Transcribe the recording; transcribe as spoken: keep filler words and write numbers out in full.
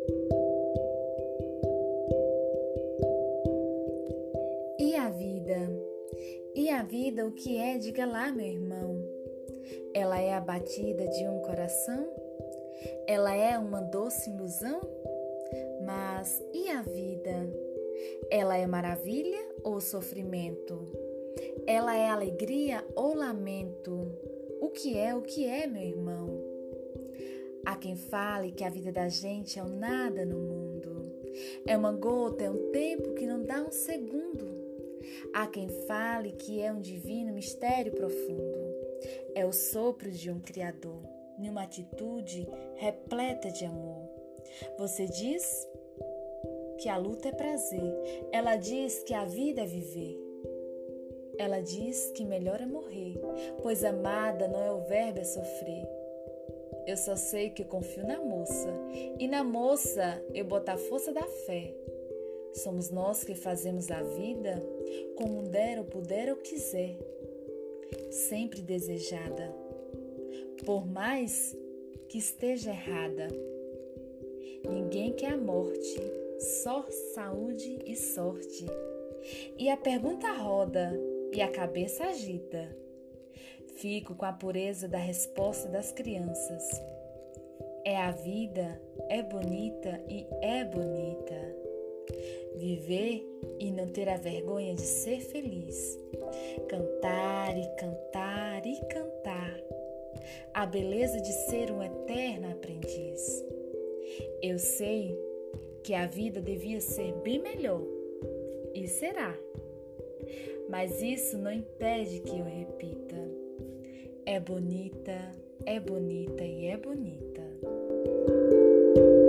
E a vida? E a vida, o que é? Diga lá, meu irmão. Ela é a batida de um coração? Ela é uma doce ilusão? Mas e a vida? Ela é maravilha ou sofrimento? Ela é alegria ou lamento? O que é, o que é, meu irmão? Há quem fale que a vida da gente é um nada no mundo. É uma gota, é um tempo que não dá um segundo. Há quem fale que é um divino mistério profundo. É o sopro de um Criador, numa atitude repleta de amor. Você diz que a luta é prazer. Ela diz que a vida é viver. Ela diz que melhor é morrer, pois amada não é o verbo, é sofrer. Eu só sei que eu confio na moça, e na moça eu boto a força da fé. Somos nós que fazemos a vida como der ou puder ou quiser, sempre desejada, por mais que esteja errada. Ninguém quer a morte, só saúde e sorte. E a pergunta roda e a cabeça agita. Fico com a pureza da resposta das crianças. É a vida, é bonita e é bonita. Viver e não ter a vergonha de ser feliz. Cantar e cantar e cantar. A beleza de ser um eterno aprendiz. Eu sei que a vida devia ser bem melhor. E será. Mas isso não impede que eu repita. É bonita, é bonita e é bonita.